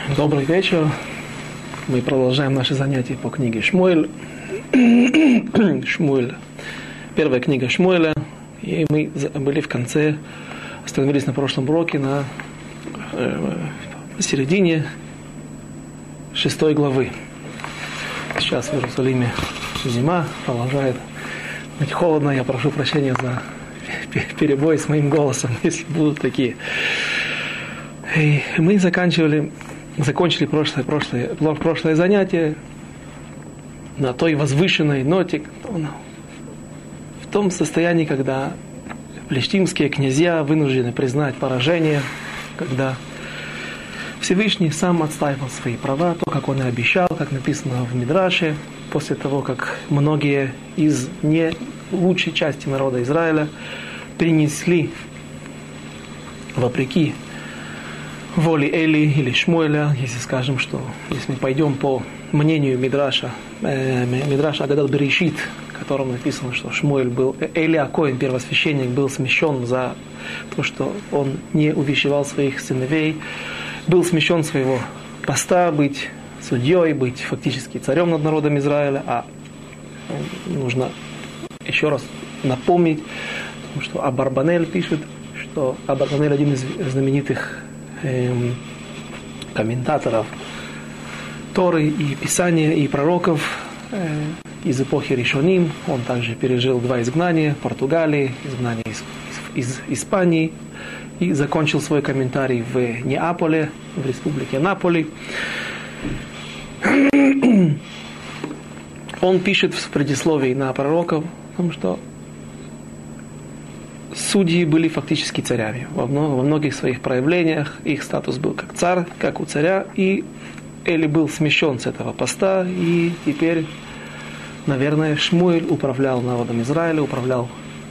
Добрый вечер. Мы продолжаем наши занятия по книге Шмуэль. Шмуэль. Первая книга Шмуэля. И мы были в конце, остановились на прошлом уроке на середине 6 главы. Сейчас в Иерусалиме зима, продолжает быть холодно. Я прошу прощения за перебой с моим голосом, если будут такие. И мы закончили прошлое занятие на той возвышенной ноте, в том состоянии, когда плештимские князья вынуждены признать поражение, когда Всевышний сам отстаивал свои права, то, как он и обещал, как написано в Мидраше, после того, как многие из не лучшей части народа Израиля принесли, вопреки воле Эли или Шмуэля, если скажем, что если мы пойдем по мнению Мидраша Агадат Берешит, в котором написано, что Шмуэль был, Эли Акоин, первосвященник, был смещен за то, что он не увещевал своих сыновей, был смещен своего поста быть судьей, быть фактически царем над народом Израиля, а нужно еще раз напомнить, что Абарбанель пишет, что Абарбанель один из знаменитых комментаторов Торы и Писания, и пророков из эпохи Ришоним. Он также пережил 2 изгнания в Португалии, изгнание из Испании, и закончил свой комментарий в Неаполе, в республике Наполи. Он пишет в предисловии на пророков о том, что судьи были фактически царями. Во многих своих проявлениях их статус был как царь, как у царя, и Эли был смещен с этого поста, и теперь, наверное, Шмуэль управлял народом Израиля, управлял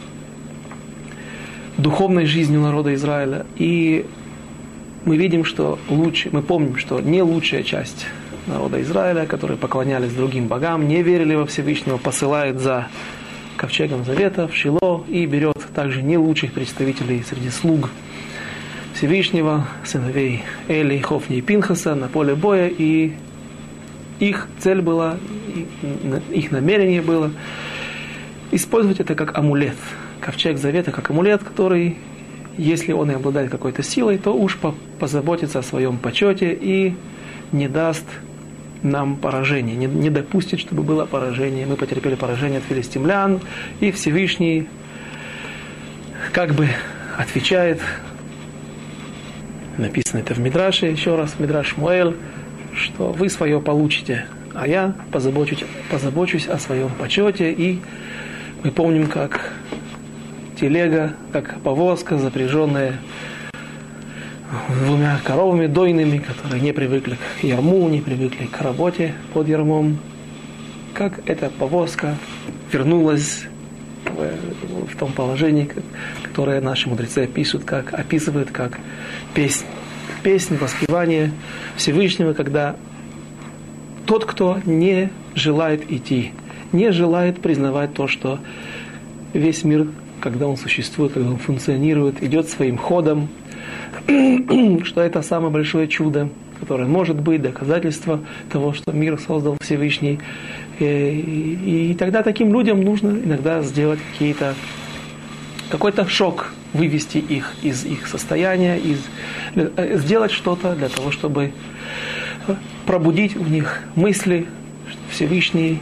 духовной жизнью народа Израиля. И мы видим, что мы помним, что не лучшая часть народа Израиля, которые поклонялись другим богам, не верили во Всевышнего, посылает за ковчегом Завета в Шило и берет также не лучших представителей среди слуг Всевышнего, сыновей Эли, Хофни и Пинхаса на поле боя, и их цель была, их намерение было использовать это как амулет, ковчег Завета как амулет, который, если он и обладает какой-то силой, то уж позаботится о своем почете и не даст нам поражение, не допустит, чтобы было поражение. Мы потерпели поражение от филистимлян, и Всевышний как бы отвечает, написано это в Мидраше, еще раз, в Мидраш Шмуэль, что вы свое получите, а я позабочусь о своем почете. И мы помним, как телега, как повозка, запряженная 2 коровами дойными, которые не привыкли к ярму, не привыкли к работе под ярмом, как эта повозка вернулась в том положении, которое наши мудрецы описывают как песнь, воспевание Всевышнего, когда тот, кто не желает идти, не желает признавать то, что весь мир, когда он существует, когда он функционирует, идет своим ходом, что это самое большое чудо, которое может быть доказательство того, что мир создал Всевышний. И тогда таким людям нужно иногда сделать какой-то шок, вывести их из их состояния, сделать что-то для того, чтобы пробудить в них мысли, что Всевышний,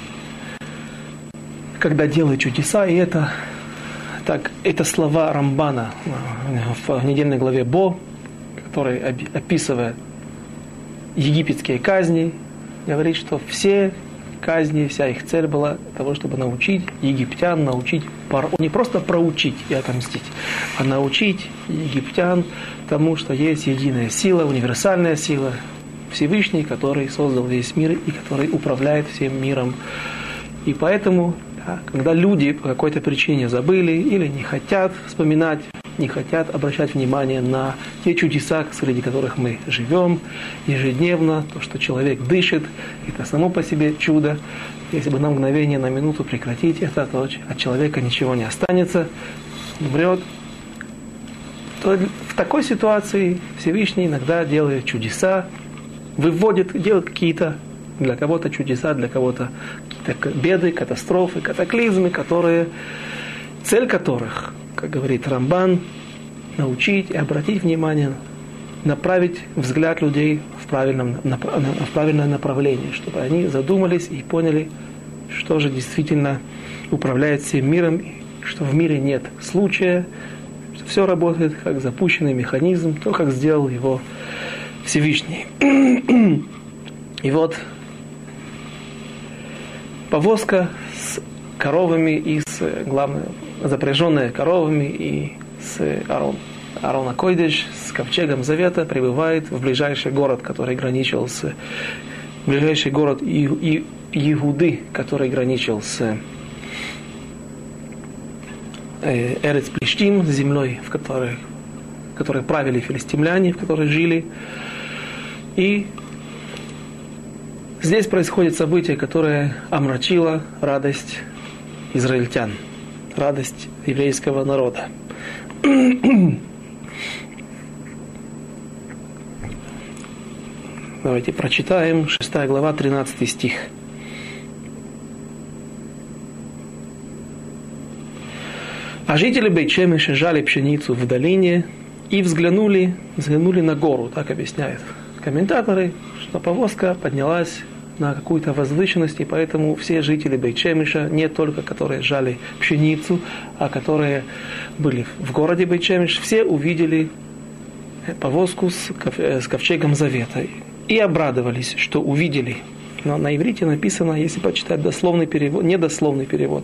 когда делает чудеса, и это слова Рамбана в недельной главе Бо, который описывает египетские казни, говорит, что все казни, вся их цель была того, чтобы научить египтян, не просто проучить и отомстить, а научить египтян тому, что есть единая сила, универсальная сила, Всевышний, который создал весь мир и который управляет всем миром. И поэтому, когда люди по какой-то причине забыли или не хотят вспоминать, не хотят обращать внимание на те чудеса, среди которых мы живем ежедневно, то, что человек дышит, это само по себе чудо. Если бы на мгновение, на минуту прекратить это, то от человека ничего не останется, умрет. То в такой ситуации Всевышний иногда делает чудеса, выводит, делает какие-то для кого-то чудеса, для кого-то какие-то беды, катастрофы, катаклизмы, цель которых, как говорит Рамбан, научить и обратить внимание, направить взгляд людей в правильное направление, чтобы они задумались и поняли, что же действительно управляет всем миром, что в мире нет случая, что все работает как запущенный механизм, то, как сделал его Всевышний. И вот повозка с коровами и главное, запряженная коровами и с Аарон Койдеш, с ковчегом Завета, прибывает в ближайший город, который граничил с ближайший город Иуды, который граничил с Эрец Плештим, землей, в которой правили филистимляне, в которой жили. И здесь происходит событие, которое омрачило радость израильтян, радость еврейского народа. Давайте прочитаем 6 глава, 13 стих. А жители Бейт-Шемеша жали пшеницу в долине и взглянули на гору, так объясняют комментаторы, что повозка поднялась на какую-то возвышенность, и поэтому все жители Бейт-Шемеша, не только которые жали пшеницу, а которые были в городе Бейт-Шемеш, все увидели повозку с ковчегом Завета и обрадовались, что увидели. Но на иврите написано, если почитать дословный перевод, недословный перевод.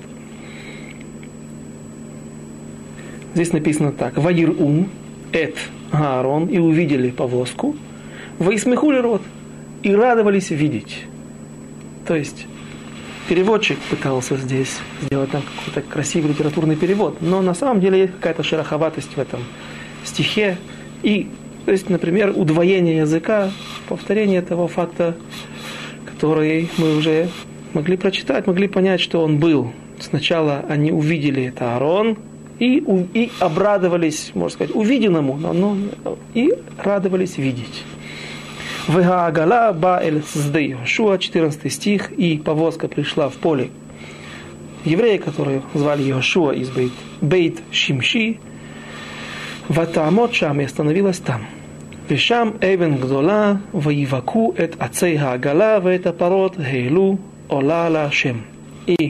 Здесь написано так: «Ваирун эт Аарон», и увидели повозку, «Ваисмехули рот», и радовались видеть. То есть переводчик пытался здесь сделать там какой-то красивый литературный перевод, но на самом деле есть какая-то шероховатость в этом стихе. И, то есть, например, удвоение языка, повторение того факта, который мы уже могли прочитать, могли понять, что он был. Сначала они увидели это Аарон, и обрадовались, можно сказать, увиденному, и радовались видеть. Вегаагала ба эль сдей Йошуа, 14 стих, и повозка пришла в поле еврея, которые звали Йошуа из Бейт Шимши, ватаамот шам, и остановилась там. Вешам эвен гдола, воиваку эт ацей хаагала, вэт апарот гейлу ола ла шем. И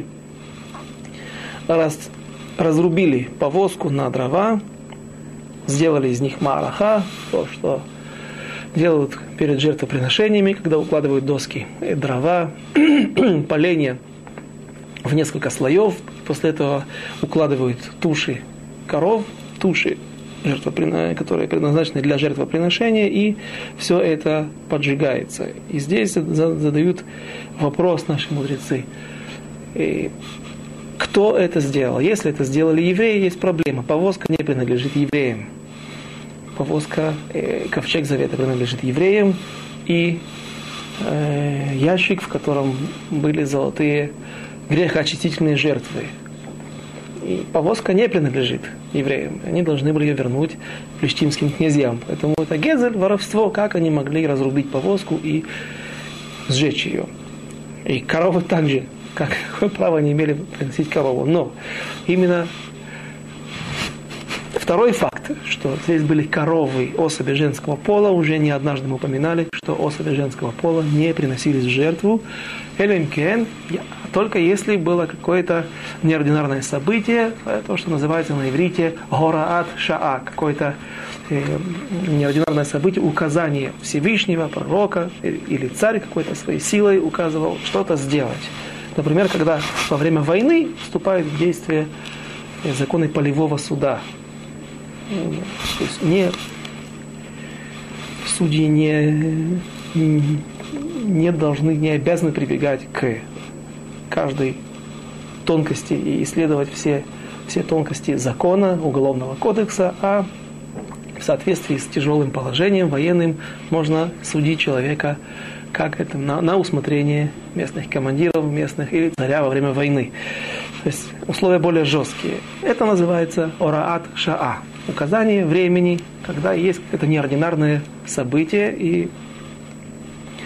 разрубили повозку на дрова, сделали из них маараха, то, что делают перед жертвоприношениями, когда укладывают доски, дрова, поленья в несколько слоев. После этого укладывают туши коров, туши, которые предназначены для жертвоприношения, и все это поджигается. И здесь задают вопрос наши мудрецы: кто это сделал? Если это сделали евреи, есть проблема. Повозка не принадлежит евреям. Повозка, ковчег Завета принадлежит евреям, и ящик, в котором были золотые грехоочистительные жертвы. И повозка не принадлежит евреям. Они должны были ее вернуть плештимским князьям. Поэтому это гезель, воровство. Как они могли разрубить повозку и сжечь ее? И коровы также. Какое право они имели приносить корову? Но именно второй факт, что здесь были коровы особи женского пола, уже не однажды мы упоминали, что особи женского пола не приносились в жертву, только если было какое-то неординарное событие, то, что называется на иврите гораат шаа, какое-то неординарное событие, указание Всевышнего, пророка или царь какой-то своей силой указывал что-то сделать. Например, когда во время войны вступают в действие законы полевого суда. То есть судьи не должны, не обязаны прибегать к каждой тонкости и исследовать все тонкости закона, уголовного кодекса, а в соответствии с тяжелым положением военным можно судить человека как это на усмотрение местных командиров, местных или царя во время войны. То есть условия более жесткие. Это называется ораат шаа. Указание времени, когда есть это неординарное событие, и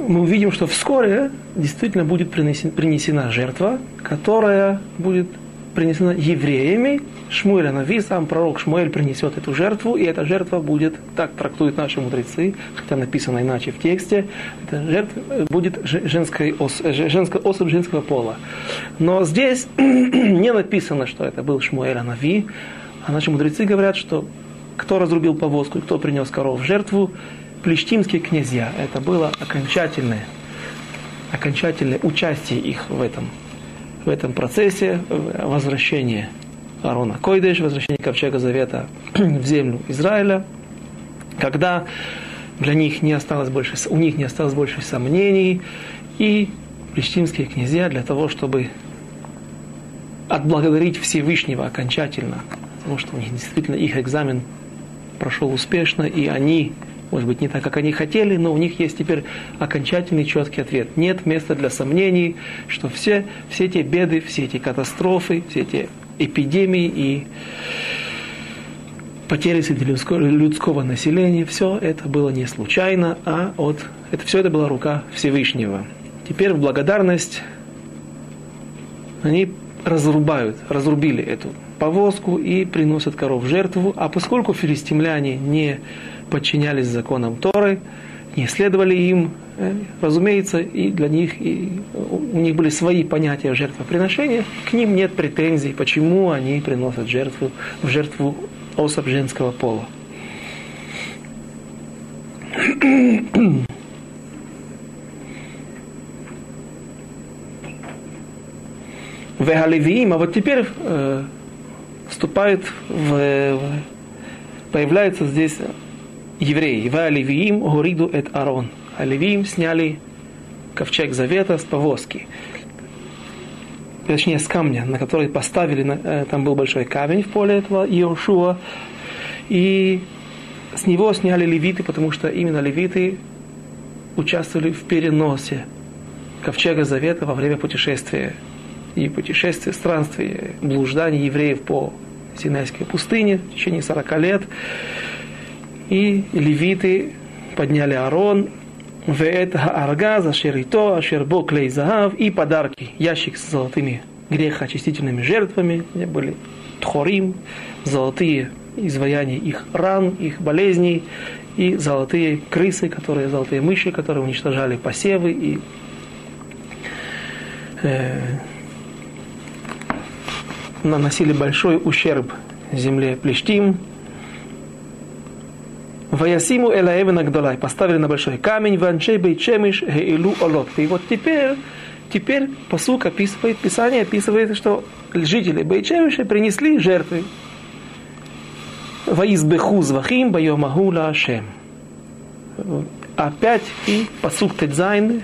мы увидим, что вскоре действительно будет принесена жертва, которая будет принесена евреями. Шмуэль Анави, сам пророк Шмуэль принесет эту жертву, и эта жертва будет, так трактуют наши мудрецы, хотя написано иначе в тексте, эта жертва будет женская особь женского пола. Но здесь не написано, что это был Шмуэль Анави, а наши мудрецы говорят, что кто разрубил повозку и кто принес коров в жертву, плештимские князья. Это было окончательное участие их в этом процессе возвращения Аарона Койдеш, возвращения Ковчега Завета в землю Израиля, когда у них не осталось больше сомнений, и плештимские князья для того, чтобы отблагодарить Всевышнего окончательно, потому что у них действительно их экзамен прошел успешно, и они, может быть, не так, как они хотели, но у них есть теперь окончательный четкий ответ. Нет места для сомнений, что все эти беды, все эти катастрофы, все эти эпидемии и потери среди людского населения, все это было не случайно, все это была рука Всевышнего. Теперь в благодарность они разрубили эту повозку и приносят коров в жертву, а поскольку филистимляне не подчинялись законам Торы, не следовали им, разумеется, и для них, и у них были свои понятия жертвоприношения, к ним нет претензий, почему они приносят в жертву особь женского пола. Вегалевиим, а вот теперь появляются здесь евреи. Вегалевиим гориду эт Аарон. А левиим сняли ковчег завета с повозки. Точнее, с камня, на который поставили, там был большой камень в поле этого Иошуа, и с него сняли левиты, потому что именно левиты участвовали в переносе ковчега завета во время путешествия. И путешествия, странствия, блужданий евреев по Синайской пустыне в течение 40 лет. И левиты подняли Аарон, веэт хааргаз, ашер ито, ашер бо клей загав, и подарки, ящик с золотыми грехоочистительными жертвами, где были тхорим, золотые изваяния их ран, их болезней, и золотые крысы, золотые мыши, которые уничтожали посевы и наносили большой ущерб земле Плештим. Ваясиму элаэвен агдолай, поставили на большой камень, ванчей бейчемиш геилу олот. И вот теперь пасук описывает, Писание описывает, что жители Бейчемиша принесли жертвы. Ваизбеху звахим байомаху лаашем. Опять и пасук тедзайн,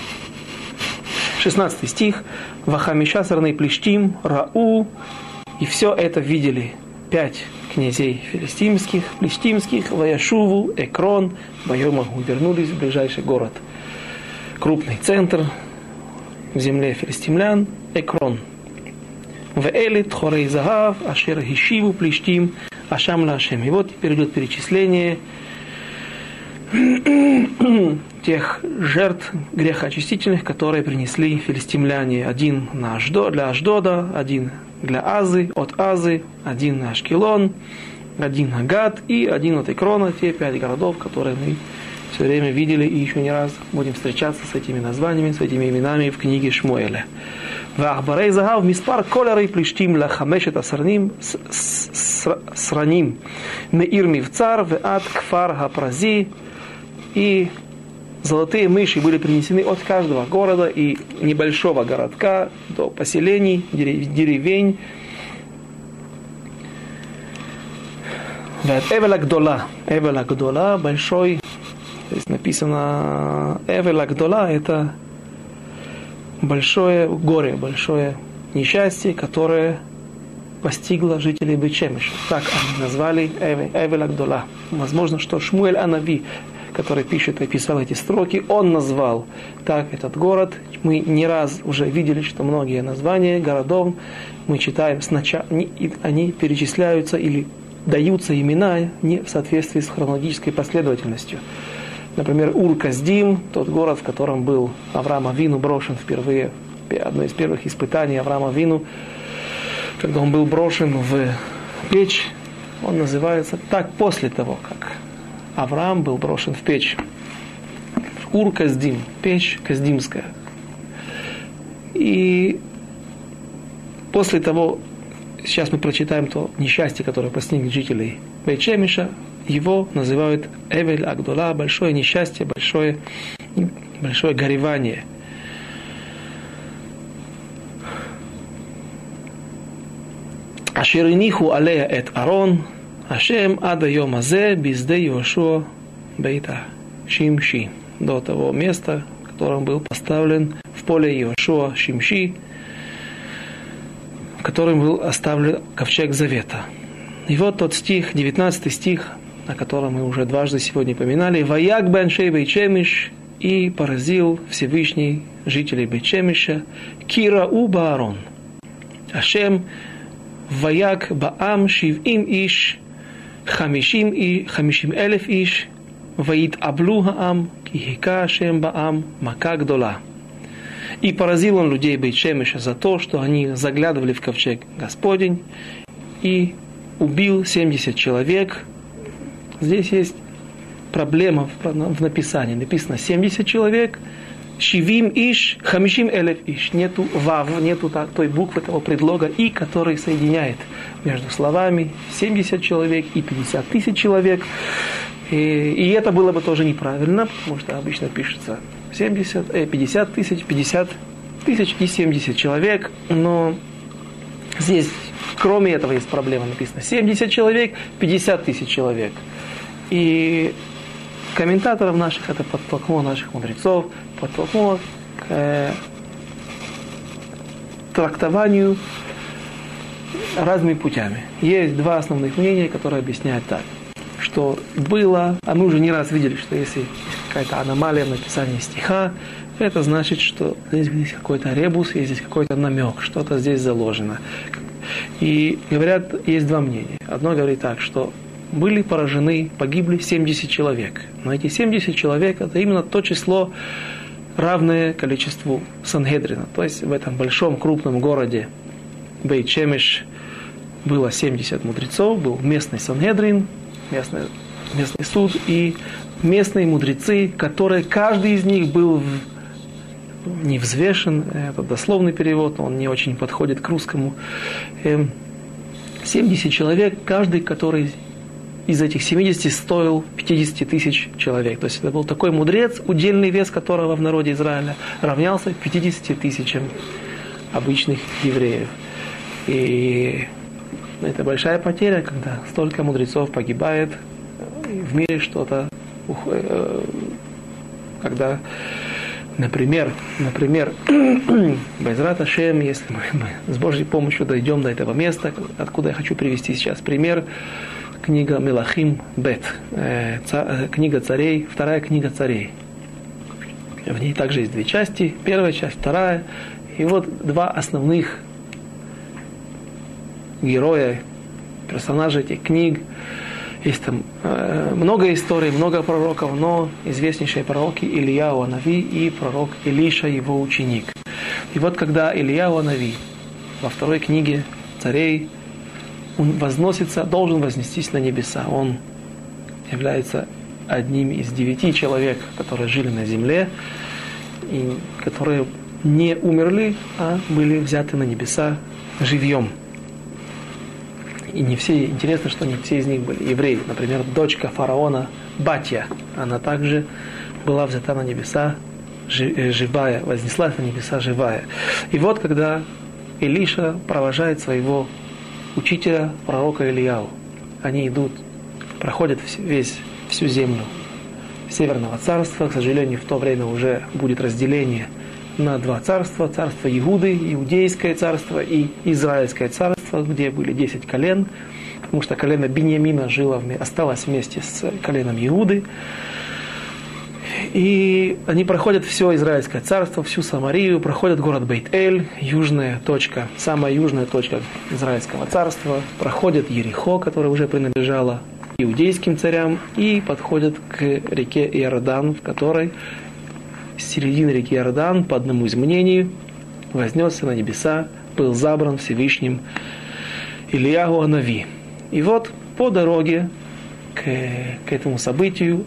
16 стих, Вахамиша сарней Плештим, Рау, и все это видели 5 князей плештимских, Ваяшуву, Экрон, Байомаху, вернулись в ближайший город. Крупный центр в земле филистимлян, Экрон. Веэлит, Хорей Загав, Ашер Хишиву, Плештим, Ашам Лашем. И вот теперь идет перечисление тех жертв грехоочистительных, которые принесли филистимляне. Один для Ашдода, один для Азы, от Азы, один на Ашкелон, один на Гат и один от Экрона. Те 5 городов, которые мы все время видели и еще не раз будем встречаться с этими названиями, с этими именами в книге Шмуэля. Вахбарей Загав, Миспар Колерей Плештим Лахамешет Асраним Сраним Меир Мивцар Веат Кфар Хапрази. И золотые мыши были принесены от каждого города и небольшого городка до поселений, деревень. Эвел Агдола, большой, здесь написано Эвел Агдола, это большое горе, большое несчастье, которое постигло жителей Бейт-Шемеша. Так они назвали Эвел Агдола. Возможно, что Шмуэль Анави, который пишет и писал эти строки, он назвал так этот город. Мы не раз уже видели, что многие названия городов мы читаем сначала, они перечисляются или даются имена не в соответствии с хронологической последовательностью. Например, Ур-Каздим, тот город, в котором был Авраам Авину брошен впервые, одно из первых испытаний Авраама Авину, когда он был брошен в печь, он называется так после того, как Авраам был брошен в печь. Ур-Каздим, печь Каздимская. И после того, сейчас мы прочитаем то несчастье, которое постигнет жителей Бейт-Шемеша, его называют Эвель Агдола, большое несчастье, большое горевание. Ашериниху алея эт Арон, Ашем ада йом азе безде Йошуа бейта Шимши. До того места, в котором был поставлен в поле Йошуа Шимши, в котором был оставлен ковчег завета. И вот тот стих, 19 стих, о котором мы уже дважды сегодня поминали. «Ваяк беншей Бейт-Шемеш, и поразил Всевышний жителей Бейт-Шемеша, кира у Баарон. Ашем ваяк баам шивим иш, хамишим элев иш, ваит аблу хаам, кихика Ашем баам, мака гдола». И поразил он людей Бейт-Шемеша за то, что они заглядывали в ковчег Господень, и убил 70 человек. Здесь есть проблема в написании. Написано 70 человек, шивим иш, хамишим элев иш. Нету вав, нету той буквы, того предлога и, который соединяет между словами 70 человек и 50 тысяч человек. И это было бы тоже неправильно, потому что обычно пишется 50 тысяч и 70 человек. Но здесь, кроме этого, есть проблема. Написано 70 человек, 50 тысяч человек. И комментаторов наших это подтолкнуло, наших мудрецов, подтолкнуло к трактованию разными путями. Есть два основных мнения, которые объясняют так, что было, а мы уже не раз видели, что если есть какая-то аномалия в написании стиха, это значит, что здесь есть какой-то ребус, есть здесь какой-то намек, что-то здесь заложено. И говорят, есть два мнения. Одно говорит так, что были поражены, погибли 70 человек. Но эти 70 человек, это именно то число, равное количеству Сангедрина. То есть в этом большом, крупном городе Бейт-Шемеш было 70 мудрецов, был местный Сангедрин, местный суд и местные мудрецы, которые, каждый из них был не взвешен, это дословный перевод, он не очень подходит к русскому. 70 человек, каждый, который из этих 70 стоил 50 тысяч человек. То есть это был такой мудрец, удельный вес которого в народе Израиля равнялся 50 тысячам обычных евреев. И это большая потеря, когда столько мудрецов погибает в мире, что-то, когда, например, Байзрат Ашем, если мы с Божьей помощью дойдем до этого места, откуда я хочу привести сейчас пример, книга Мелахим Бет, книга царей, вторая книга царей. В ней также есть две части, первая часть, вторая. И вот два основных героя, персонажа этих книг. Есть там много историй, много пророков, но известнейшие пророки Ильяу Анави и пророк Илиша, его ученик. И вот когда Ильяу Анави во второй книге царей, он возносится, должен вознестись на небеса. Он является одним из 9 человек, которые жили на земле, и которые не умерли, а были взяты на небеса живьем. И не все, интересно, что не все из них были евреи. Например, дочка фараона Батья, она также была взята на небеса живая, вознеслась на небеса живая. И вот когда Илиша провожает своего учителя, пророка Ильяу, они идут, проходят всю землю Северного царства. К сожалению, в то время уже будет разделение на два царства. Царство Иуды, Иудейское царство, и Израильское царство, где были 10 колен, потому что колено Биньямина осталось вместе с коленом Иуды. И они проходят все Израильское царство, всю Самарию, проходят город Бейт-Эль, южная точка, самая южная точка Израильского царства, проходят Ерихо, которое уже принадлежало иудейским царям и подходят к реке Иордан, в которой с середины реки Иордан, по одному из мнений, вознесся на небеса, был забран Всевышним Ильяху Анави. И вот по дороге к этому событию,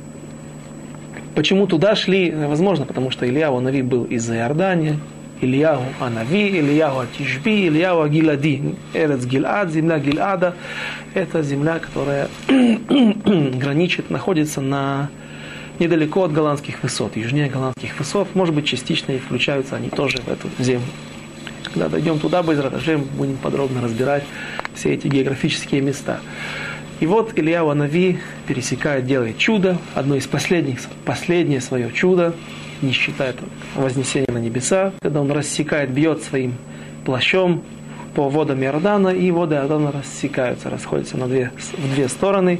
почему туда шли, возможно, потому что Ильяху Анави был из Иордания, Ильяху Анави, Ильяху Атишби, Ильяху Агилади, Эрец Гилад, земля Гилада, это земля, которая граничит, находится недалеко от Голландских высот, южнее Голландских высот, может быть, частично и включаются они тоже в эту землю. Когда дойдем туда, Бе'эзрат Ашем, будем подробно разбирать все эти географические места. И вот Ильяху Анави пересекает, делает чудо, одно из последнее свое чудо, не считает вознесения на небеса, когда он рассекает, бьет своим плащом по водам Иордана, и воды Иордана рассекаются, расходятся в две стороны.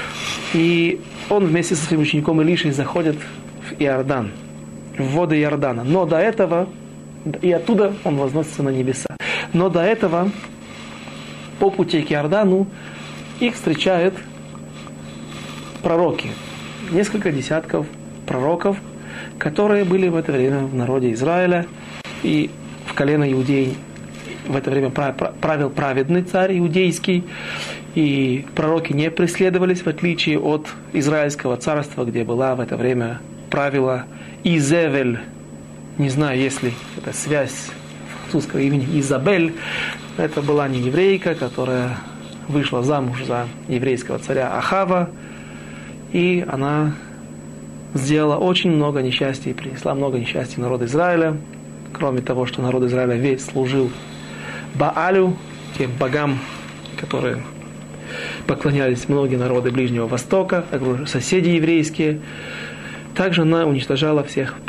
И он вместе со своим учеником Илишей заходит в Иордан, в воды Иордана. Но до этого, и оттуда он возносится на небеса. Но до этого, по пути к Иордану, их встречают пророки. Несколько десятков пророков, которые были в это время в народе Израиля. И в колено Иудеи в это время правил праведный царь иудейский. И пророки не преследовались, в отличие от Израильского царства, где была в это время правила Изевель. Не знаю, есть ли это связь французского имени Изабель. Это была не еврейка, которая вышла замуж за еврейского царя Ахава. И она сделала очень много несчастий, принесла много несчастий народу Израиля. Кроме того, что народ Израиля весь служил Баалю, тем богам, которые поклонялись многие народы Ближнего Востока, соседи еврейские. Также она уничтожила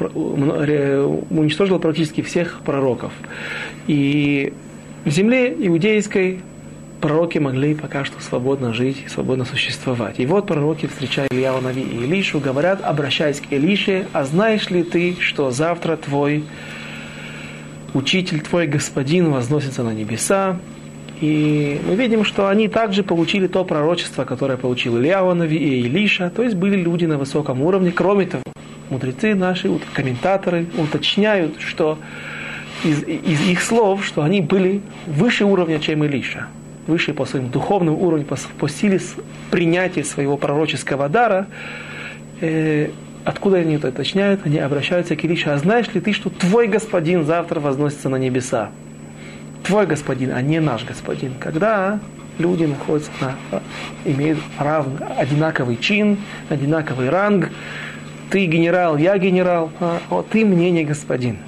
практически всех пророков. И в земле иудейской пророки могли пока что свободно жить, свободно существовать. И вот пророки, встречая Ильяху Анави и Илишу, говорят, обращаясь к Илише: «А знаешь ли ты, что завтра твой учитель, твой господин возносится на небеса?» И мы видим, что они также получили то пророчество, которое получил Ильяху Анави и Илиша, то есть были люди на высоком уровне. Кроме того, мудрецы наши, комментаторы уточняют, что из их слов, что они были выше уровня, чем Илиша, выше по своему духовному уровню, по силе принятия своего пророческого дара. Откуда они это уточняют? Они обращаются к Илише: «А знаешь ли ты, что твой господин завтра возносится на небеса?» Твой господин, а не наш господин. Когда люди находятся имеют одинаковый чин, одинаковый ранг, ты генерал, я генерал, ты мне не господин.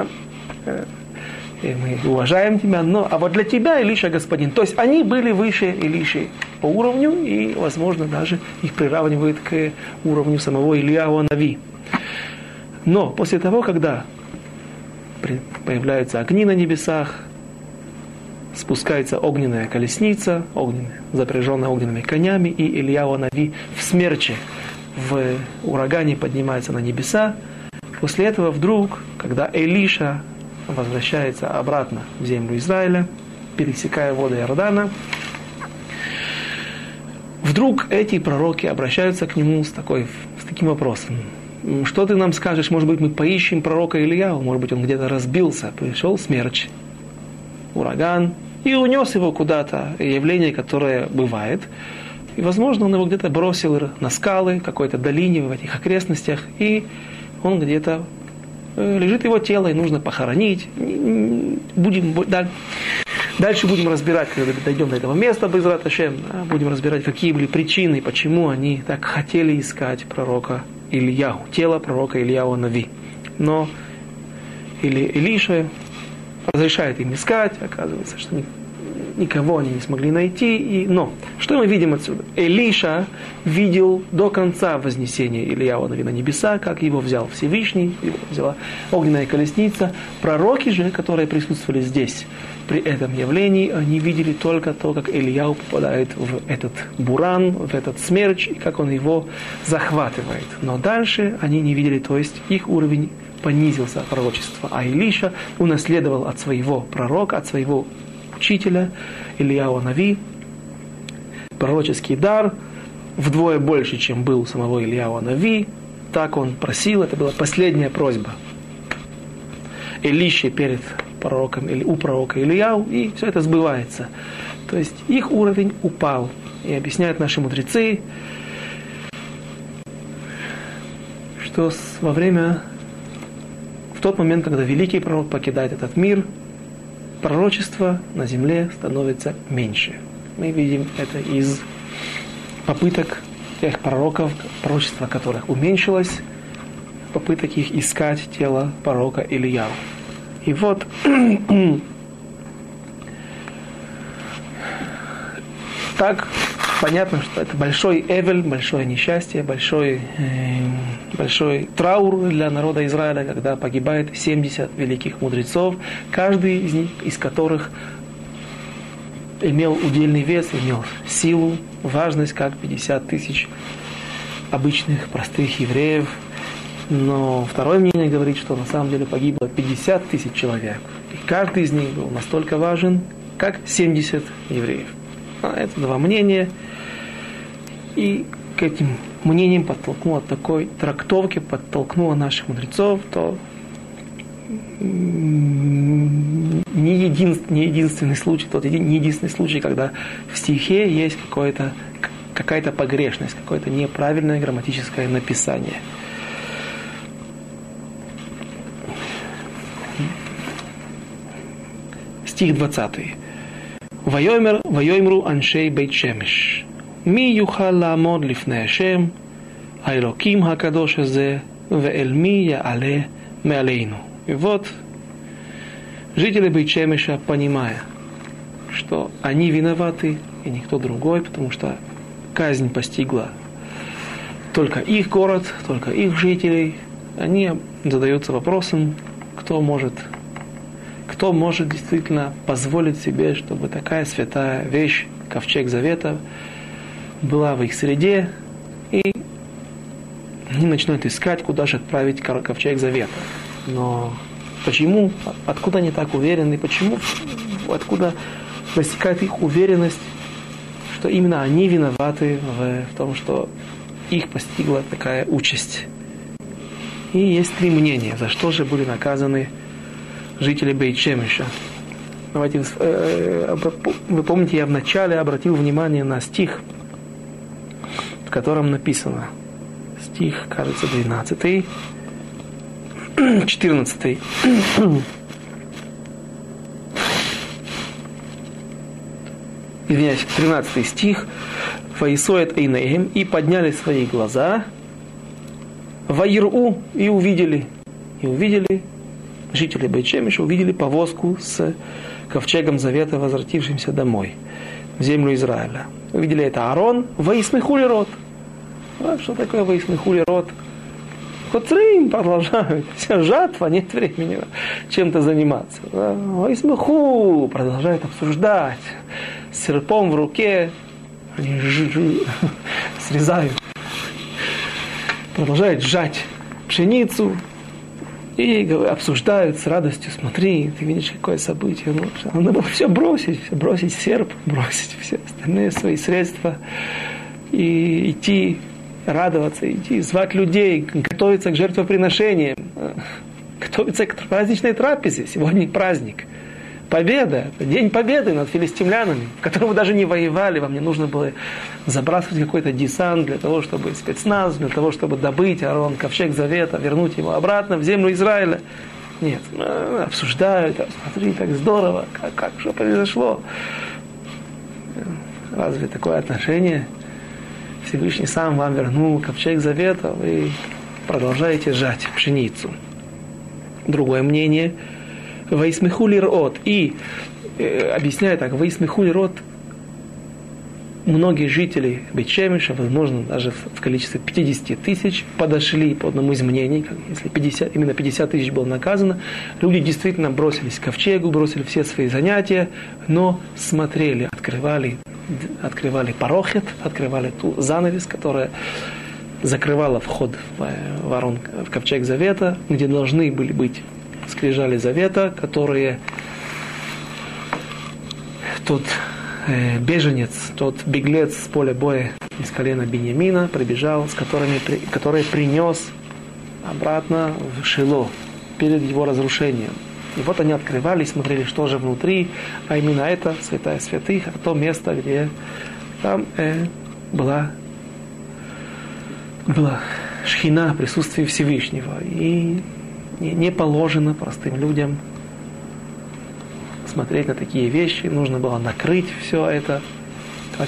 И мы уважаем тебя, а вот для тебя Илиша господин. То есть они были выше Илиши по уровню, и, возможно, даже их приравнивают к уровню самого Ильяху Анави. Но после того, когда появляются огни на небесах, спускается огненная колесница, запряженная огненными конями, и Ильяху Анави в смерче, в урагане поднимается на небеса. После этого вдруг, когда Илиша возвращается обратно в землю Израиля, пересекая воды Иордана, вдруг эти пророки обращаются к нему с таким вопросом: что ты нам скажешь? Может быть, мы поищем пророка Ильяху, может быть, он где-то разбился, пришел смерч, ураган, и унес его куда-то, явление, которое бывает. И, возможно, он его где-то бросил на скалы, в какой-то долине, в этих окрестностях, и он где-то лежит его тело, и нужно похоронить. Дальше будем разбирать, когда дойдем до этого места, Бе'эзрат Ашем, будем разбирать, какие были причины, почему они так хотели искать пророка Ильяху, тело пророка Ильяху Анави. Но Илиша разрешает им искать, оказывается, что никого они не смогли найти. Но что мы видим отсюда? Илиша видел до конца вознесения Ильяху Анави на небеса, как его взял Всевышний, его взяла огненная колесница. Пророки же, которые присутствовали здесь при этом явлении, они видели только то, как Ильяху попадает в этот буран, в этот смерч, и как он его захватывает. Но дальше они не видели, то есть их уровень понизился от пророчества. А Илиша унаследовал от своего пророка, от своего учителя Ильяху Анави пророческий дар, вдвое больше, чем был у самого Ильяу Нави. Так он просил, это была последняя просьба Илиши перед пророком, или у пророка Ильяу, и все это сбывается. То есть их уровень упал. И объясняют наши мудрецы, что в тот момент, когда великий пророк покидает этот мир, пророчество на земле становится меньше. Мы видим это из попыток тех пророков, пророчество которых уменьшилось, попыток их искать тело пророка Ильяу. И вот так понятно, что это большой эвель, большое несчастье, большой траур для народа Израиля, когда погибает 70 великих мудрецов, каждый из них, из которых имел удельный вес, имел силу, важность, как 50 тысяч обычных, простых евреев. Но второе мнение говорит, что на самом деле погибло 50 тысяч человек. И каждый из них был настолько важен, как 70 евреев. Это два мнения. И к этим мнениям подтолкнуло такой трактовке, подтолкнуло наших мудрецов, то не единственный случай, не единственный случай, когда в стихе есть какая-то погрешность, какое-то неправильное грамматическое написание. Стих 20. Вайомру аншей бейт шемеш. Ми юхал ламод лифней Ашем, האלוקים הקדוש הזה, ואל מי יעלה מעלינו. И вот жители Бейт-Шемеша, понимая, что они виноваты, и никто другой, потому что казнь постигла только их город, только их жителей, они задаются вопросом, кто может действительно позволить себе, чтобы такая святая вещь, ковчег Завета, была в их среде, и они начинают искать, куда же отправить ковчег Завета. Но почему, откуда они так уверены, откуда возникает их уверенность, что именно они виноваты в том, что их постигла такая участь. И есть три мнения, за что же были наказаны жители Бейт-Шемеша. Давайте, вы помните, я вначале обратил внимание на стих, в котором написано, стих, кажется, 12, 14. Извиняюсь, 13 стих. «Ваисоет эйнеем» и подняли свои глаза, «Ваиру» и увидели. Жители Бейт-Шемеша увидели повозку с ковчегом Завета, возвратившимся домой, в землю Израиля. Увидели это Аарон, «Ваисмехули рот». Что такое «Ваисмехули рот»? Коцрим продолжают. Вся жатва, нет времени чем-то заниматься. Ваисмеху продолжают обсуждать. С серпом в руке они срезают. Продолжают сжать пшеницу. И обсуждают с радостью, смотри, ты видишь, какое событие. Надо было все бросить серп, бросить все остальные свои средства и идти, радоваться, идти, звать людей, готовиться к жертвоприношениям, готовиться к праздничной трапезе. Сегодня праздник. Победа, день победы над филистимлянами, в котором вы даже не воевали, вам не нужно было забрасывать какой-то десант для того, чтобы спецназ, для того, чтобы добыть Аарон, ковчег Завета, вернуть его обратно в землю Израиля. Нет, обсуждают, смотри, так здорово, что произошло. Разве такое отношение? Всевышний сам вам вернул ковчег Завета, вы продолжаете сжать пшеницу. Другое мнение – «Ваисмехули рот». И объясняю так, «Ваисмехули рот» многие жители Бейт-Шемеша, возможно, даже в количестве 50 тысяч, подошли по одному из мнений, если именно 50 тысяч было наказано, люди действительно бросились к ковчегу, бросили все свои занятия, но смотрели, открывали парохет, открывали ту занавес, которая закрывала вход в ковчег Завета, где должны были быть скрижали Завета, которые тот беженец, тот беглец с поля боя из колена Биньямина прибежал, который принес обратно в Шило перед его разрушением. И вот они открывали, смотрели, что же внутри, а именно это святая святых, то место, где там была шхина, присутствие Всевышнего. И не положено простым людям смотреть на такие вещи, нужно было накрыть все это. Так.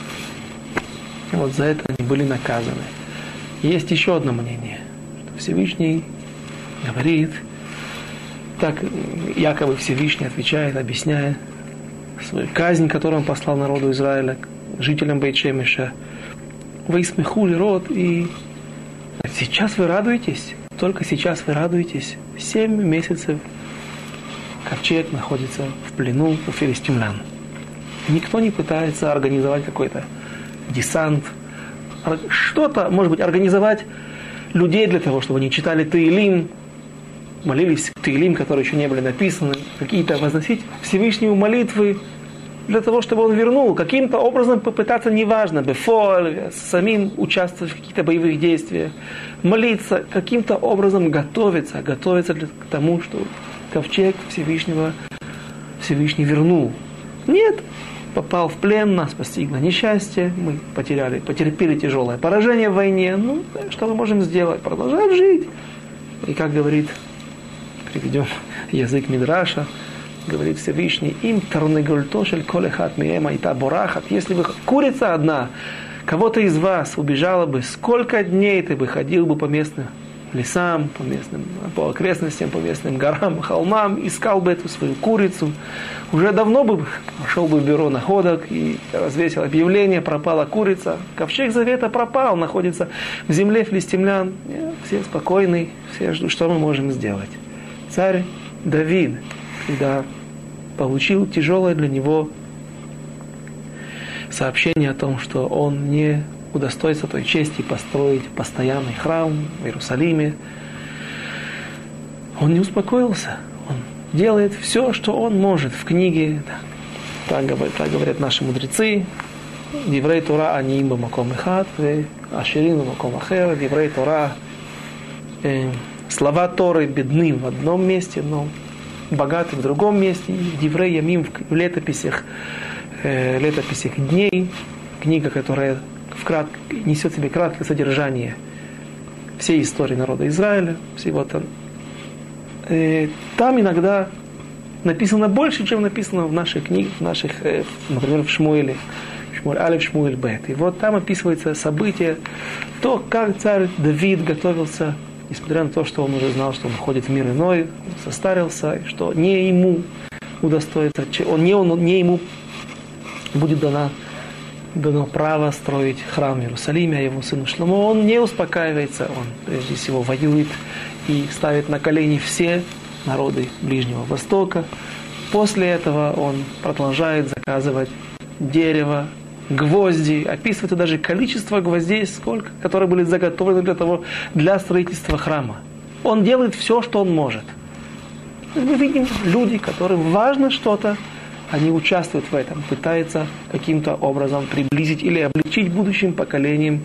И вот за это они были наказаны. Есть еще одно мнение, что Всевышний говорит, так якобы Всевышний отвечает, объясняя свою казнь, которую он послал народу Израиля, жителям Бейт-Шемеша. Вы смехули род, и сейчас вы радуетесь, только сейчас вы радуетесь. 7 месяцев ковчег находится в плену у филистимлян. Никто не пытается организовать какой-то десант, что-то, может быть, организовать людей для того, чтобы они читали Теилим, молились Теилим, которые еще не были написаны, какие-то возносить Всевышнему молитвы для того, чтобы он вернул, каким-то образом попытаться, неважно, бефоль, самим участвовать в каких-то боевых действиях, молиться, каким-то образом готовиться к тому, что ковчег Всевышний вернул. Нет, попал в плен, нас постигло несчастье, мы потерпели тяжелое поражение в войне. Ну, что мы можем сделать? Продолжать жить. И как говорит, приведем язык Мидраша, говорит Всевышний, им тарнегультошель колехат миэма ита борахат. Если бы курица одна кого-то из вас убежала бы, сколько дней ты бы ходил бы по местным лесам, по окрестностям, по местным горам, холмам, искал бы эту свою курицу. Уже давно бы пошел бы в бюро находок и развесил объявление, пропала курица. Ковчег Завета пропал, находится в земле филистимлян. Все спокойны, все ждут, что мы можем сделать. Царь Давид, когда получил тяжелое для него сообщение о том, что он не удостоится той чести построить постоянный храм в Иерусалиме, он не успокоился. Он делает все, что он может. В книге, так говорят наши мудрецы, Диврей Тора аним бамаком эхад, аширин бамаком ахер, Диврей Тора, слова Торы бедны в одном месте, но богаты в другом месте. Диврей Ямим в летописях дней, книга, которая несет в себе краткое содержание всей истории народа Израиля, всего там. Там иногда написано больше, чем написано в наших книгах, например, в Шмуэле, Шмуэль Алеф, Шмуэль Бет. И вот там описывается событие, то, как царь Давид готовился, несмотря на то, что он уже знал, что он входит в мир иной, он состарился, и что не ему удостоится, не ему будет дано право строить храм в Иерусалиме, а его сыну Шломо. Он не успокаивается, он прежде всего воюет и ставит на колени все народы Ближнего Востока. После этого он продолжает заказывать дерево, гвозди, описывается даже количество гвоздей, которые были заготовлены для строительства храма. Он делает все, что он может. Мы видим люди, которым важно что-то, они участвуют в этом, пытаются каким-то образом приблизить или облегчить будущим поколениям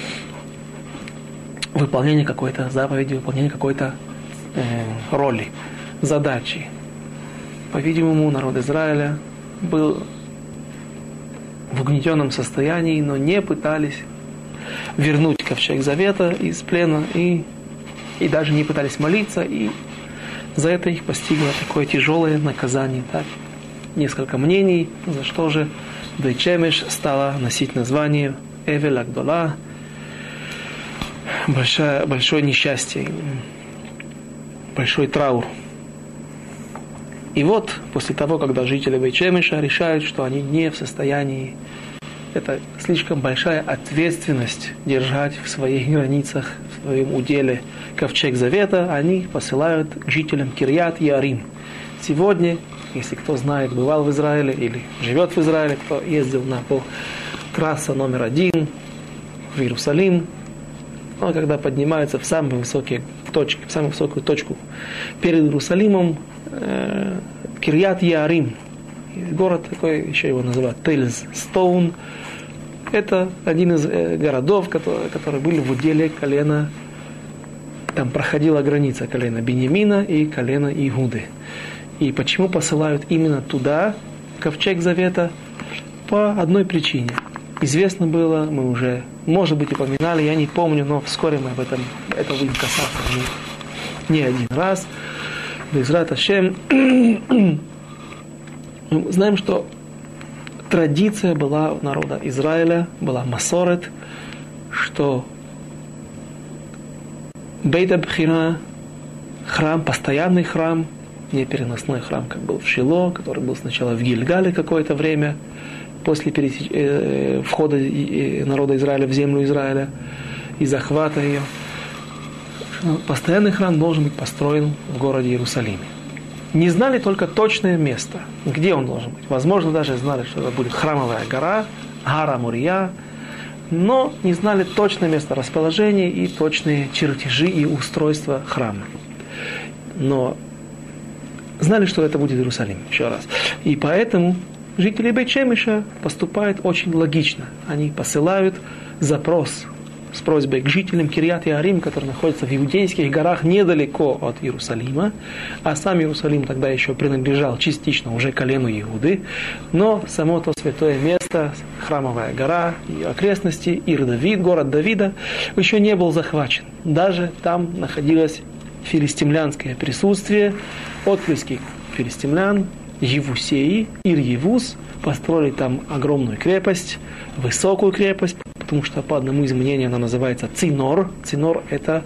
выполнение какой-то заповеди, выполнение какой-то роли, задачи. По-видимому, народ Израиля был в угнетенном состоянии, но не пытались вернуть ковчег Завета из плена и даже не пытались молиться, и за это их постигло такое тяжелое наказание. Так? Несколько мнений, за что же Бейт-Шемеш стала носить название Эвель Агдола, большое несчастье, большой траур. И вот, после того, когда жители Бейт-Шемеша решают, что они не в состоянии, это слишком большая ответственность держать в своих границах, в своем уделе ковчег Завета, они посылают к жителям Кирьят-Еарим. Сегодня, если кто знает, бывал в Израиле или живет в Израиле, кто ездил по трассе номер 1 в Иерусалим, но когда поднимаются в самые высокие точки, в самую высокую точку перед Иерусалимом, Кирьят-Еарим, город такой, еще его называют Тейлз Стоун, Это один из городов, которые были в уделе колена. Там проходила граница колена Беньямина и колена Иуды. И почему посылают именно туда ковчег завета? По одной причине. Известно было, мы уже, может быть, упоминали, я не помню, но вскоре мы это будем касаться не один раз. Безрат Ашем. Мы знаем, что традиция была у народа Израиля, была масорет, что Бейт Абхира, храм, постоянный храм, не переносной храм, как был в Шило, который был сначала в Гильгале какое-то время, после входа народа Израиля в землю Израиля и захвата ее. Постоянный храм должен быть построен в городе Иерусалиме. Не знали только точное место, где он должен быть. Возможно, даже знали, что это будет храмовая гора, Гара Мурия, но не знали точное место расположения и точные чертежи и устройства храма. Но знали, что это будет Иерусалим, еще раз. И поэтому жители Бейт-Шемеша поступают очень логично. Они посылают запрос с просьбой к жителям Кирьят-Еарим, которые находятся в Иудейских горах недалеко от Иерусалима, а сам Иерусалим тогда еще принадлежал частично уже колену Иуды, но само то святое место, храмовая гора и окрестности, Ир-Давид, город Давида, еще не был захвачен. Даже там находилось филистимлянское присутствие, отпрыски филистимлян, Евусеи, Ир-Евус, построили там огромную крепость, высокую крепость, потому что по одному из мнений она называется Цинор. Цинор – это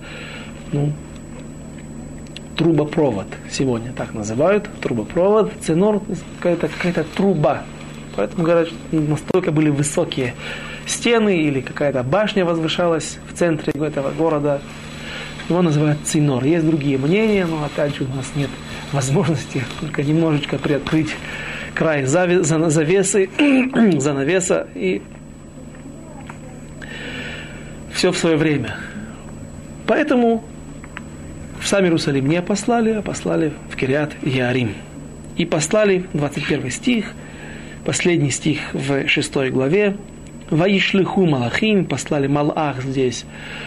трубопровод. Сегодня так называют. Трубопровод. Цинор – какая-то труба. Поэтому, говорят, настолько были высокие стены или какая-то башня возвышалась в центре этого города. Его называют Цинор. Есть другие мнения, но опять же у нас нет возможности только немножечко приоткрыть край занавеса и все в свое время. Поэтому в сам Иерусалим не послали, а послали в Кирьят-Еарим. И послали, 21 стих, последний стих в 6 главе, «Ваишлиху малахим», послали Малах здесь.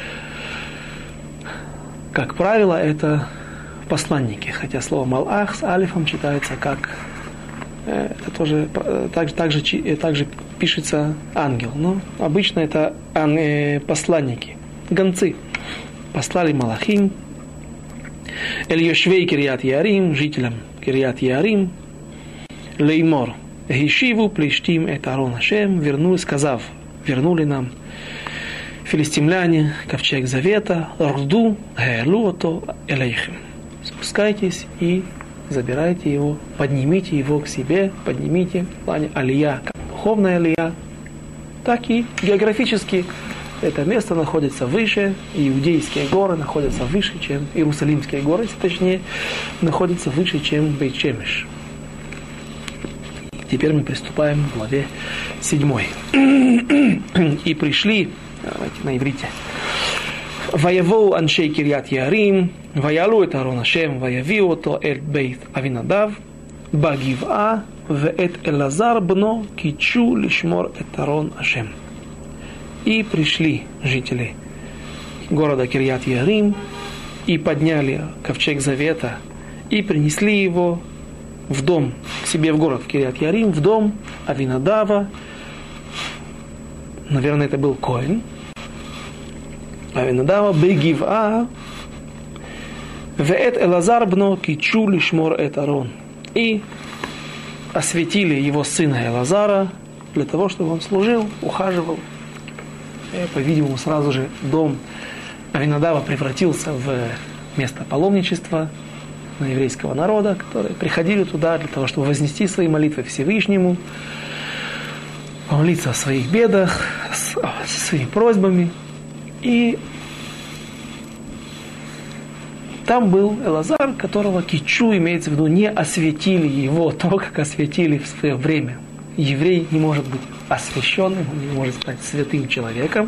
Как правило, это посланники, хотя слово Малах с алифом читается как, это тоже также пишется ангел, но обычно это посланники, гонцы. Послали Малахим, Эль-Йошвей Кирьят-Еарим, жителям Кирьят-Еарим, Леймор, Гишиву, Плештим, это Арон Ашем, вернули нам филистимляне ковчег завета, Рду, Гаэлуото, Элейхем. Спускайтесь и забирайте его, поднимите его к себе, поднимите в плане алия, как духовная алия, так и географически это место находится выше, и иудейские горы находятся выше, чем Иерусалимские горы, точнее, находятся выше, чем Бейт-Шемеш. Теперь мы приступаем к главе 7. И пришли, давайте на иврите, «Ваявоу аншей Кирьят-Еарим, ваялу эт Арон Ашем, ваявиу ото эль бейт Авинадав, багив'a, веэт Элазар бно, кичу лишмор эт Арон Ашем». И пришли жители города Кирьят-Еарим, и подняли ковчег завета, и принесли его в дом, к себе в город Кирьят-Еарим, в дом Авинадава. Наверное, это был Коэн. Авинадава, бегив'a, веэт Элазар бно, кичу лишмор эт Арон. И осветили его сына Элазара для того, чтобы он служил, ухаживал. И, по-видимому, сразу же дом Авинадава превратился в место паломничества еврейского народа, которые приходили туда для того, чтобы вознести свои молитвы Всевышнему, помолиться о своих бедах, своими просьбами. И там был Элазар, которого кичу, имеется в виду, не осветили его то, как осветили в свое время. Еврей не может быть освященным, он не может стать святым человеком.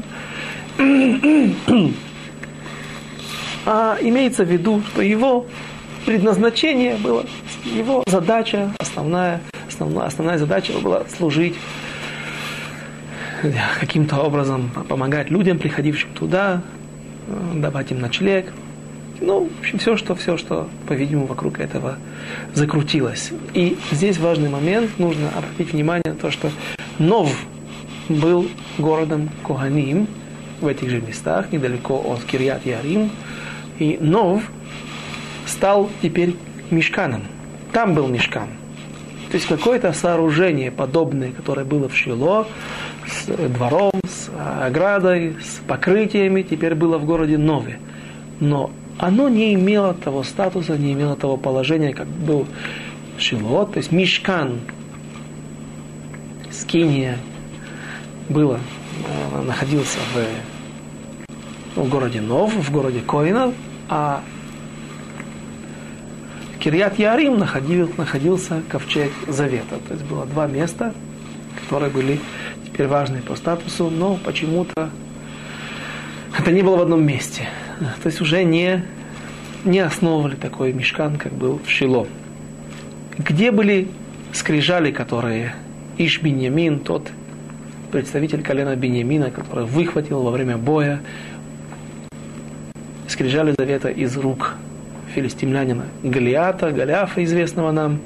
А имеется в виду, что его предназначение было, его задача, основная задача была служить каким-то образом помогать людям, приходившим туда, давать им ночлег. Ну, в общем, все, что, по-видимому, вокруг этого закрутилось. И здесь важный момент, нужно обратить внимание на то, что Нов был городом Коганим в этих же местах, недалеко от Кирьят-Ярим. И Нов стал теперь Мишканом. Там был Мишкан. То есть какое-то сооружение подобное, которое было в Шило, с двором, с оградой, с покрытиями, теперь было в городе Нове. Но оно не имело того статуса, не имело того положения, как был Шило. То есть Мишкан, Скиния, находился в городе Нов, в городе Коинов, а в Кирьят-Ярим находился ковчег Завета. То есть было два места, которые были теперь важны по статусу, но почему-то это не было в одном месте. То есть уже не основывали такой мишкан, как был в Шило. Где были скрижали, которые Иш Биньямин, тот представитель колена Биньямина, который выхватил во время боя скрижали завета из рук филистимлянина Голиафа, известного нам.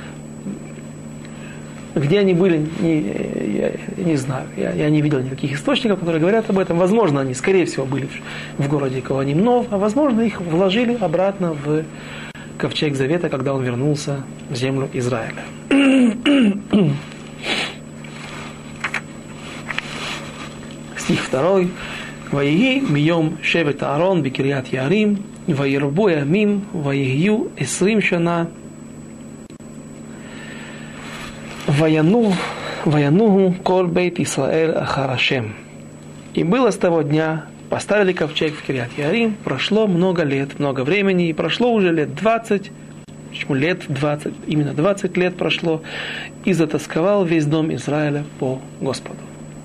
Где они были, я не знаю. Я не видел никаких источников, которые говорят об этом. Возможно, они, скорее всего, были в городе Коганим Нов, а возможно, их вложили обратно в ковчег Завета, когда он вернулся в землю Израиля. Стих 2. «Ваиги мием шевет Аарон бикирьят Ярим, ваирбу ямим, ваигью 20 шана, Ваянугу кол бейт Исраэль ахар Ашем». И было с того дня, поставили ковчег в Кирьят-Ярим, прошло много лет, много времени, и прошло уже лет 20, почему лет 20, именно 20 лет прошло, и затасковал весь дом Израиля по Господу.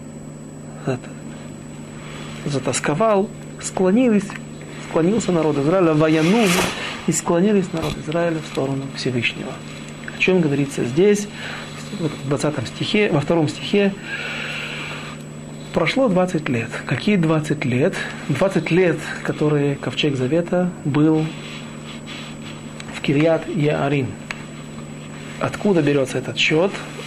Затасковал, склонился народ Израиля, Ваянугу, и склонились народ Израиля в сторону Всевышнего. О чем говорится здесь? В 20 стихе, во 2 стихе прошло 20 лет. Какие 20 лет? 20 лет, которые ковчег Завета был в Кирьят-Ярим. Откуда берется этот счет?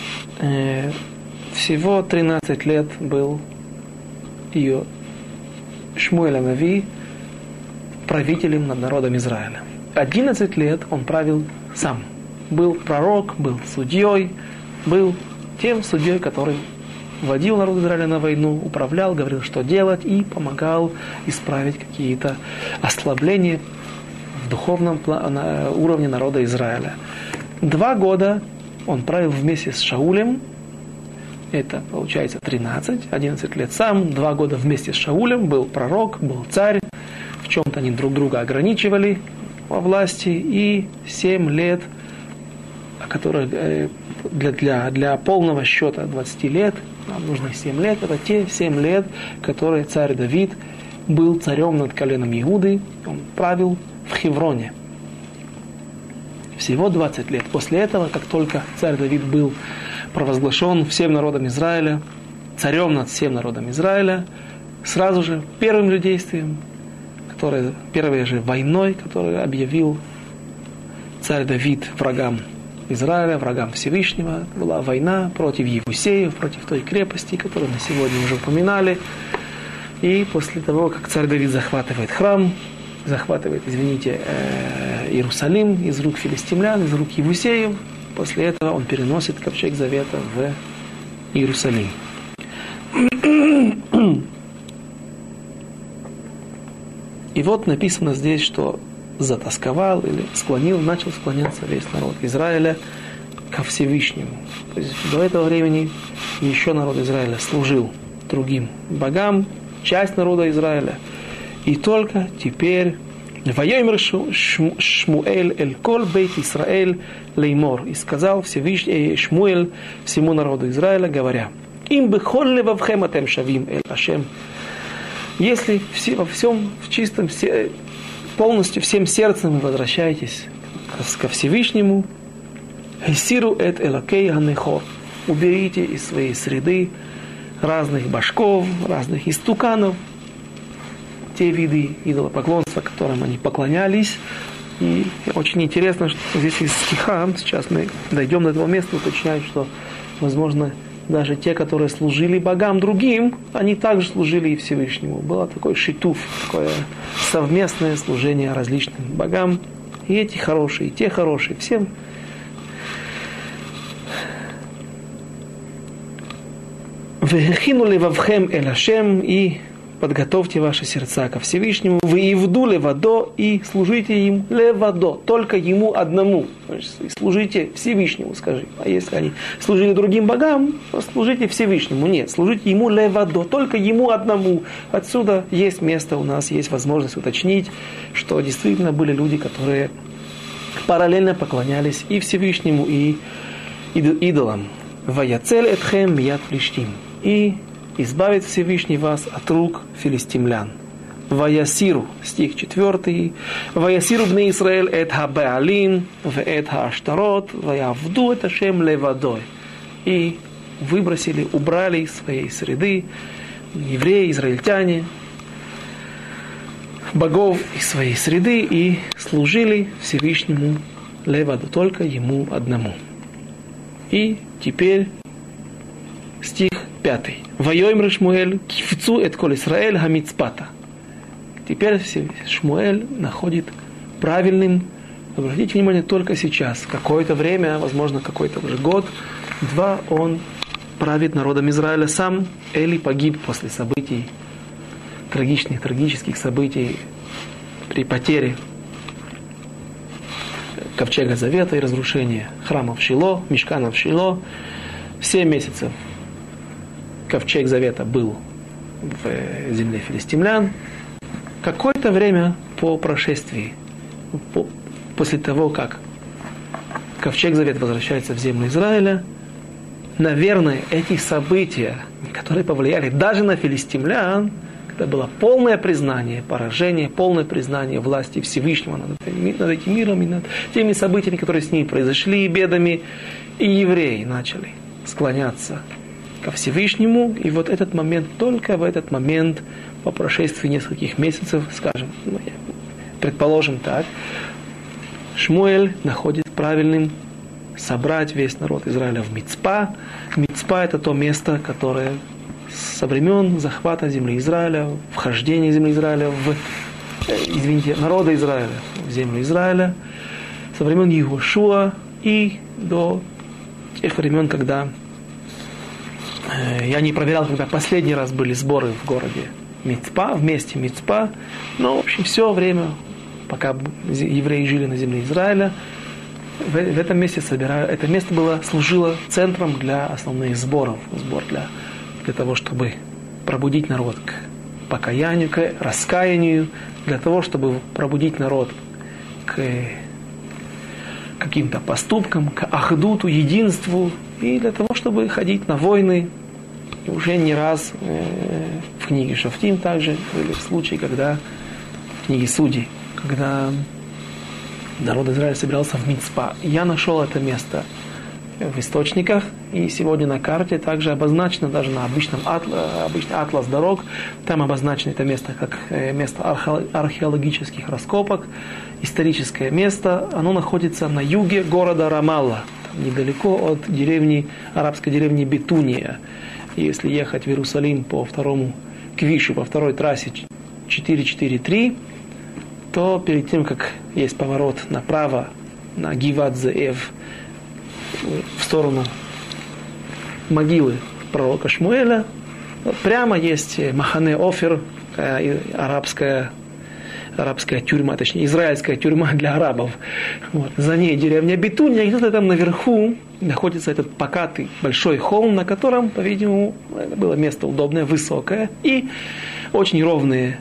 Всего 13 лет был ее Шмуэль ха-Нави правителем над народом Израиля. 11 лет он правил сам. Был пророк, был судьей, был тем судьей, который водил народ Израиля на войну, управлял, говорил, что делать, и помогал исправить какие-то ослабления в духовном уровне народа Израиля. 2 года он правил вместе с Шаулем, это получается 13, 11 лет сам, 2 года вместе с Шаулем, был пророк, был царь, в чем-то они друг друга ограничивали во власти, и 7 лет, которые для полного счета 20 лет, нам нужно 7 лет, это те 7 лет, которые царь Давид был царем над коленом Иуды, он правил в Хевроне. Всего 20 лет. После этого, как только царь Давид был провозглашен всем народом Израиля, царем над всем народом Израиля, сразу же первым же действием, первой же войной, которую объявил царь Давид врагам Израиля, врагам Всевышнего, была война против Евусеев, против той крепости, которую мы сегодня уже упоминали. И после того, как царь Давид захватывает храм, Иерусалим из рук филистимлян, из рук Евусеев, после этого он переносит ковчег Завета в Иерусалим. И вот написано здесь, что затасковал или начал склоняться весь народ Израиля ко Всевышнему. То есть до этого времени еще народ Израиля служил другим богам, часть народа Израиля. И только теперь «Вайомер Шмуэль эль кол бейт Исраэль леймор». И сказал Всевышний Шмуэль всему народу Израиля, говоря: «Им бехол левавхем атем шавим эль Ашем». Если во всем, в чистом, полностью всем сердцем вы возвращаетесь ко Всевышнему, «Хесиру эт элакей ганехор». Уберите из своей среды разных башков, разных истуканов, те виды идолопоклонства, которым они поклонялись. И очень интересно, что здесь из стиха, сейчас мы дойдем до этого места, уточняют, что, возможно, даже те, которые служили богам другим, они также служили и Всевышнему. Было такой шитуф, такое совместное служение различным богам. И эти хорошие, и те хорошие, всем. «Вехину левавхем эль Ашем» и подготовьте ваши сердца ко Всевышнему, «Веивду левадо» и служите им левадо, только ему одному. Значит, служите Всевышнему, скажи. А если они служили другим богам, то служите Всевышнему. Нет, служите ему левадо, только ему одному. Отсюда есть место, у нас есть возможность уточнить, что действительно были люди, которые параллельно поклонялись и Всевышнему, и идолам. «Ваяцель этхем мияд плиштим» и избавит Всевышний вас от рук филистимлян. «Ваясиру» стих 4. «Ваясиру бней Исраэль эт ха-беалин ве эт ха-аштарот ваявду эт Ашем левадой» и выбросили, убрали из своей среды евреи, израильтяне, богов из своей среды и служили Всевышнему леваду, только ему одному. И теперь стих 5. «Вайомер Шмуэль кифцу эт кол Исраэль хамицпата». Теперь Шмуэль находит правильным, обратите внимание, только сейчас, какое-то время, возможно, какой-то уже год, два, он правит народом Израиля сам. Эли погиб после событий, трагических событий при потере Ковчега Завета и разрушения храма в Шило, Мишкана в Шило. 7 месяцев Ковчег Завета был в земле филистимлян. Какое-то время по прошествии, после того, как Ковчег Завета возвращается в землю Израиля, наверное, эти события, которые повлияли даже на филистимлян, это было полное признание поражения, полное признание власти Всевышнего над этим миром и над теми событиями, которые с ним произошли, и бедами. И евреи начали склоняться ко Всевышнему. И вот этот момент, только в этот момент, по прошествии нескольких месяцев, скажем, предположим так, Шмуэль находит правильным собрать весь народ Израиля в Мицпа. Мицпа — это то место, которое со времен захвата земли Израиля, вхождения земли Израиля народа Израиля в землю Израиля, со времен Йеошуа и до тех времен, когда я не проверял, когда последний раз были сборы в городе Мицпа, вместе Мицпа, но, в общем, все время, пока евреи жили на земле Израиля, в этом месте это место служило центром для основных сборов, для того, чтобы пробудить народ к покаянию, к раскаянию, для того, чтобы пробудить народ к каким-то поступкам, к ахдуту, единству, и для того, чтобы ходить на войны. И уже не раз в книге Шофтим также были случаи, когда в книге Судей, когда народ Израиля собирался в Мицпа. Я нашел это место в источниках, и сегодня на карте также обозначено, даже на обычный атлас дорог, там обозначено это место как место археологических раскопок, историческое место. Оно находится на юге города Рамалла, недалеко от арабской деревни Бетуния. Если ехать в Иерусалим по второму квишу, по второй трассе 443, то перед тем, как есть поворот направо на Гиват-Зеэв, в сторону могилы пророка Шмуэля, прямо есть Махане Офер, арабская тюрьма, точнее израильская тюрьма для арабов. Вот. За ней деревня Бетуния, и где-то там наверху находится этот покатый большой холм, на котором, по-видимому, это было место удобное, высокое, и очень ровные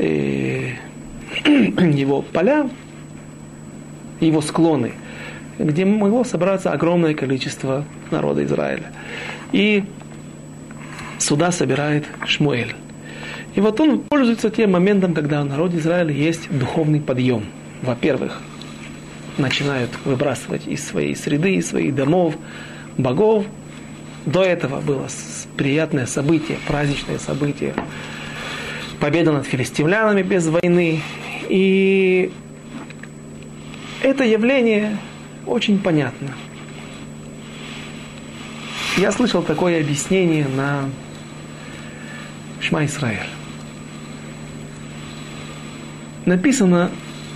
его поля, его склоны, где могло собраться огромное количество народа Израиля. И сюда собирает Шмуэль. И вот он пользуется тем моментом, когда у народа Израиля есть духовный подъем. Во-первых, начинают выбрасывать из своей среды, из своих домов богов, До этого было приятное событие, праздничное событие. Победа над филистимлянами без войны. И это явление очень понятно. Я слышал такое объяснение на Шма Исраэль. Написано,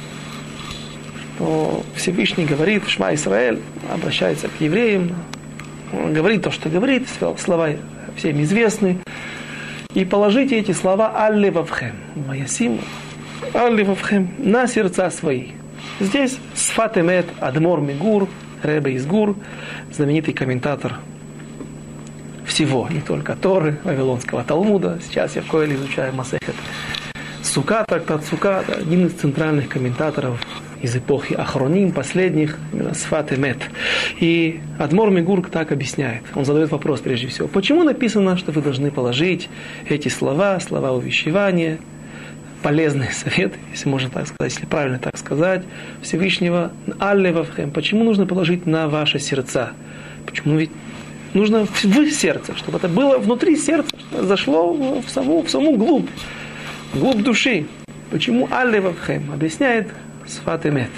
что Всевышний говорит, Шма Исраэль обращается к евреям, он говорит то, что говорит, слова всем известны, и положите эти слова «Алле вавхем», «Маясим», «Алле вавхем» на сердца свои. Здесь Сфат Эмет Адмор Мигур, Ребе из Гур, знаменитый комментатор всего, не только Торы, Вавилонского Талмуда. Сейчас я в Коэле изучаю Масехет Сука, трактат Сука, один из центральных комментаторов из эпохи Ахроним, последних, именно Сфат Эмет. И Адмор Мигур так объясняет. Он задает вопрос прежде всего. Почему написано, что вы должны положить эти слова, слова увещевания, полезный совет, если можно так сказать, если правильно так сказать, Всевышнего, Алле вавхем. Почему нужно положить на ваши сердца? Почему ведь нужно в сердце, чтобы это было внутри сердца, зашло в саму глубь души. Почему Алле вавхем? Объясняет Сфат Эмет.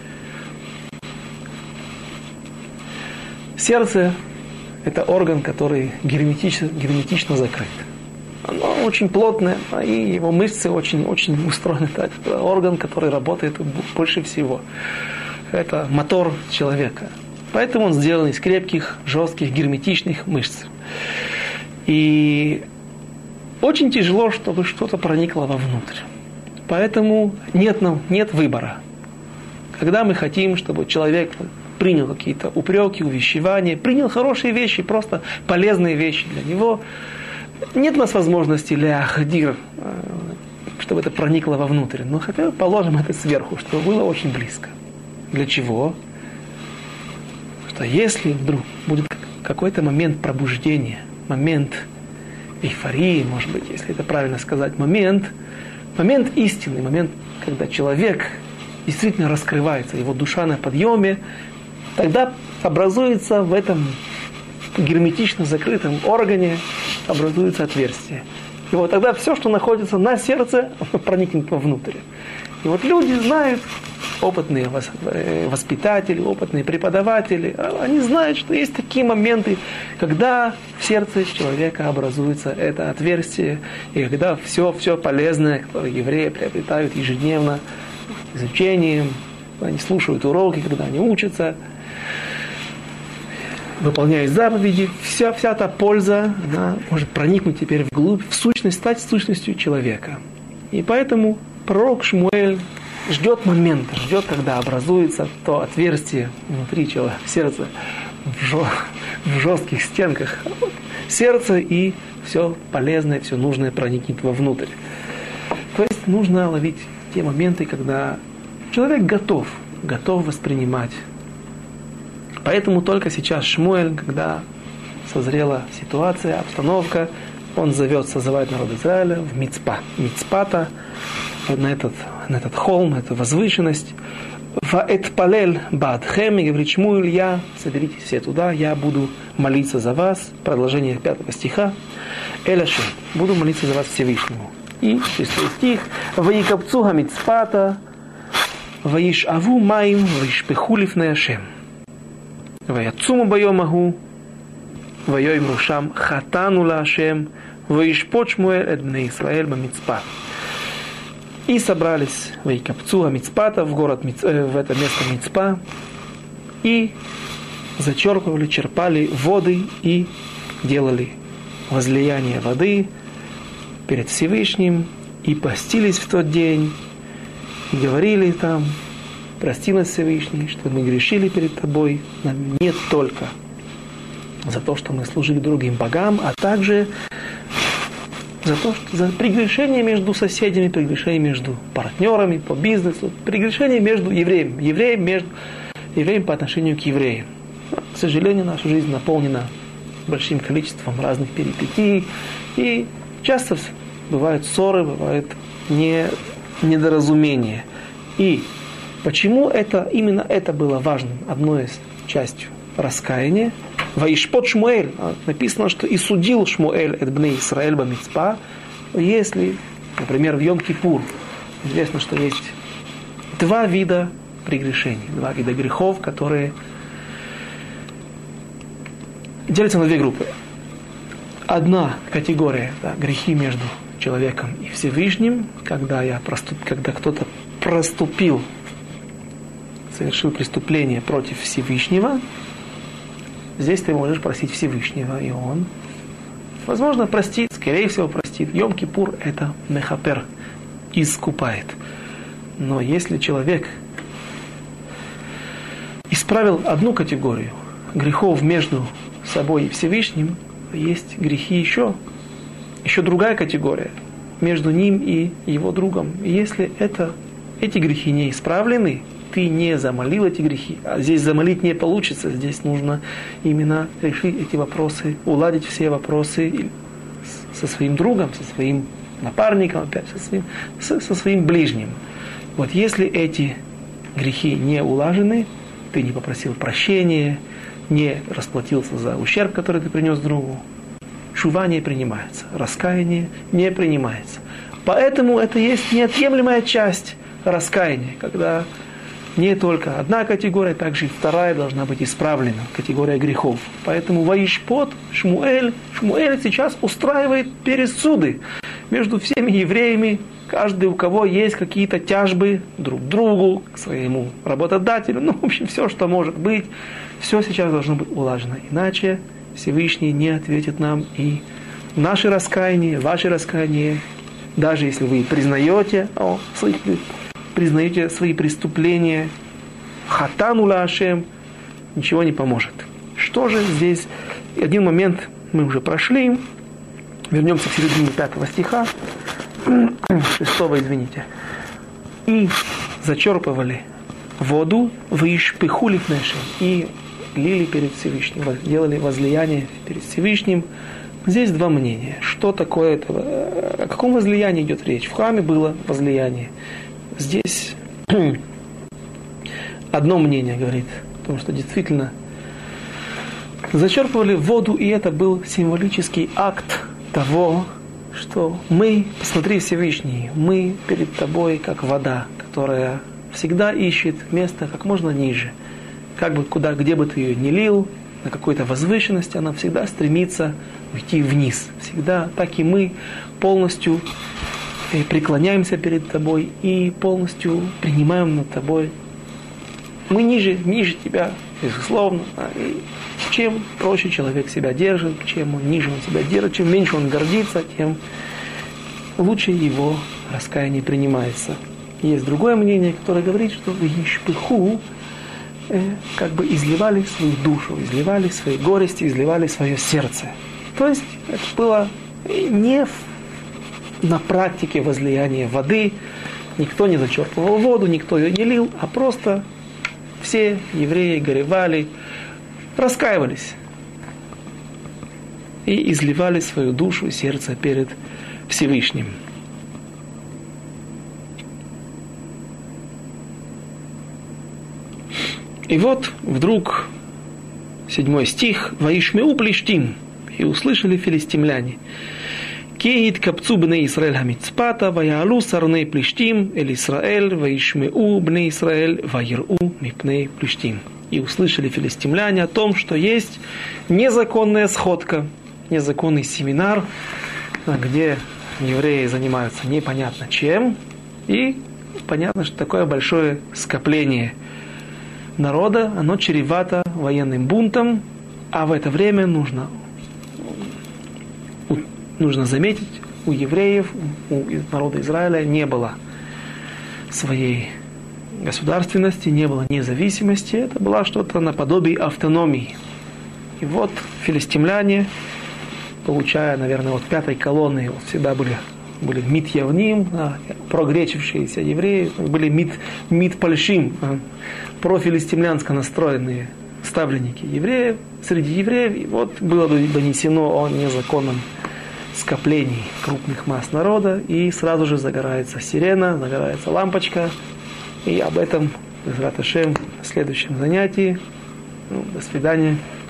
Сердце – это орган, который герметично закрыт. Оно очень плотное, и его мышцы очень устроены так. Это орган, который работает больше всего. Это мотор человека. Поэтому он сделан из крепких, жестких, герметичных мышц. И очень тяжело, чтобы что-то проникло вовнутрь. Поэтому нет выбора. Когда мы хотим, чтобы человек принял какие-то упреки, увещевания, принял хорошие вещи, просто полезные вещи для него, нет у нас возможности ляхдир, чтобы это проникло вовнутрь. Но хотя бы положим это сверху, чтобы было очень близко. Для чего? Что если вдруг будет какой-то момент пробуждения, момент эйфории, может быть, если это правильно сказать, момент истины, момент, когда человек действительно раскрывается, его душа на подъеме, тогда образуется в этом герметично закрытом органе, образуется отверстие. И вот тогда все, что находится на сердце, проникнет вовнутрь. И вот люди знают, опытные воспитатели, опытные преподаватели, они знают, что есть такие моменты, когда в сердце человека образуется это отверстие, и когда все полезное, которое евреи приобретают ежедневно изучением, когда они слушают уроки, когда они учатся, выполняя заповеди, вся эта польза, она может проникнуть теперь вглубь, в сущность, стать сущностью человека. И поэтому пророк Шмуэль ждет когда образуется то отверстие внутри сердца, в жестких стенках сердца, и все полезное, все нужное проникнет вовнутрь. То есть нужно ловить те моменты, когда человек готов воспринимать. Поэтому только сейчас Шмуэль, когда созрела ситуация, обстановка, он созывает народ Израиля в Мицпа. Мицпата, на этот холм, эту возвышенность. Ваэтпалель баадхем, и говорит Шмуэль, соберитесь все туда, я буду молиться за вас. Продолжение 5 стиха. Эляшем, буду молиться за вас Всевышнему. И 6 стих. Ваикапцу хамицпата, ваишаву маим, ваишпеху лифней Ашем. Ваяцуму байомаху, вайоймру шам хатану ла Ашем, ваишпот Шмуэль эт бней Исраэль бамицпа. И собрались ваикапцу хамицпата в это место Мицпа, и черпали воды и делали возлияние воды перед Всевышним, и постились в тот день, и говорили там: прости нас, Всевышний, что мы грешили перед Тобой, нам не только за то, что мы служили другим богам, а также за прегрешение между соседями, прегрешение между партнерами по бизнесу, прегрешение между евреем по отношению к евреям. К сожалению, наша жизнь наполнена большим количеством разных перипетий, и часто бывают ссоры, бывают недоразумения. И почему именно это было важным, одной из частью раскаяния? Ваишпот Шмуэль, написано, что и судил Шмуэль эт бней Исраэль бамицпа, если, например, в Йом-Кипур, известно, что есть два вида прегрешений, два вида грехов, которые делятся на две группы. Одна категория, да, грехи между человеком и Всевышним, когда кто-то проступил, совершил преступление против Всевышнего, здесь ты можешь просить Всевышнего, и он, возможно, простит, скорее всего, простит. Йом-Кипур – это мехапер, искупает. Но если человек исправил одну категорию грехов между собой и Всевышним, есть грехи еще другая категория между ним и его другом. И если эти грехи не исправлены, ты не замолил эти грехи, а здесь замолить не получится, здесь нужно именно решить эти вопросы, уладить все вопросы со своим другом, со своим напарником, опять со своим ближним. Вот если эти грехи не улажены, ты не попросил прощения, не расплатился за ущерб, который ты принес другу, шува не принимается, раскаяние не принимается. Поэтому это есть неотъемлемая часть раскаяния, когда не только одна категория, также и вторая должна быть исправлена, категория грехов. Поэтому Ваишпот Шмуэль сейчас устраивает пересуды между всеми евреями, каждый, у кого есть какие-то тяжбы друг к другу, к своему работодателю, в общем, все, что может быть, все сейчас должно быть улажено. Иначе Всевышний не ответит нам, и наше раскаяние, ваше раскаяние, даже если вы признаете свои преступления, хатану ла Ашем, ничего не поможет. Что же здесь? Один момент мы уже прошли. Вернемся к середине 5 стиха. 6, извините. И зачерпывали воду в ишпиху лифнешем, и лили перед Всевышним, делали возлияние перед Всевышним. Здесь два мнения. Что такое это? О каком возлиянии идет речь? В храме было возлияние. Здесь одно мнение говорит о том, что действительно зачерпывали воду, и это был символический акт того, что мы, посмотри, Всевышний, мы перед тобой как вода, которая всегда ищет место как можно ниже. Как бы где бы ты ее ни лил, на какой-то возвышенности, она всегда стремится уйти вниз. Всегда так и мы полностью преклоняемся перед тобой и полностью принимаем над тобой. Мы ниже тебя, безусловно. И чем проще человек себя держит, чем ниже он себя держит, чем меньше он гордится, тем лучше его раскаяние принимается. Есть другое мнение, которое говорит, что в ишпиху как бы изливали свою душу, изливали свои горести, изливали свое сердце. То есть это было не на практике возлияния воды, никто не зачерпывал воду, никто ее не лил, а просто все евреи горевали, раскаивались и изливали свою душу и сердце перед Всевышним. И вот вдруг 7 стих: «Ваишмеу плештим», и услышали филистимляне: «Кеит капцу бней Исраэль хамицпата, ваялу сарней плештим, эль Исраэль, ваишмеу бней Исраэль, ваиру мипней плештим». И услышали филистимляне о том, что есть незаконная сходка, незаконный семинар, где евреи занимаются непонятно чем, и понятно, что такое большое скопление народа, оно чревато военным бунтом, а в это время нужно заметить, у евреев, у народа Израиля не было своей государственности, не было независимости, это было что-то наподобие автономии. И вот филистимляне, получая, наверное, от 5 колонны, всегда были мит-явним, прогречившиеся евреи, были мит-пальшим, профилистимлянско настроенные ставленники евреев, среди евреев, и вот было донесено о незаконном скоплении крупных масс народа, и сразу же загорается сирена, загорается лампочка, и об этом, Бе'эзрат Ашем, в следующем занятии. До свидания.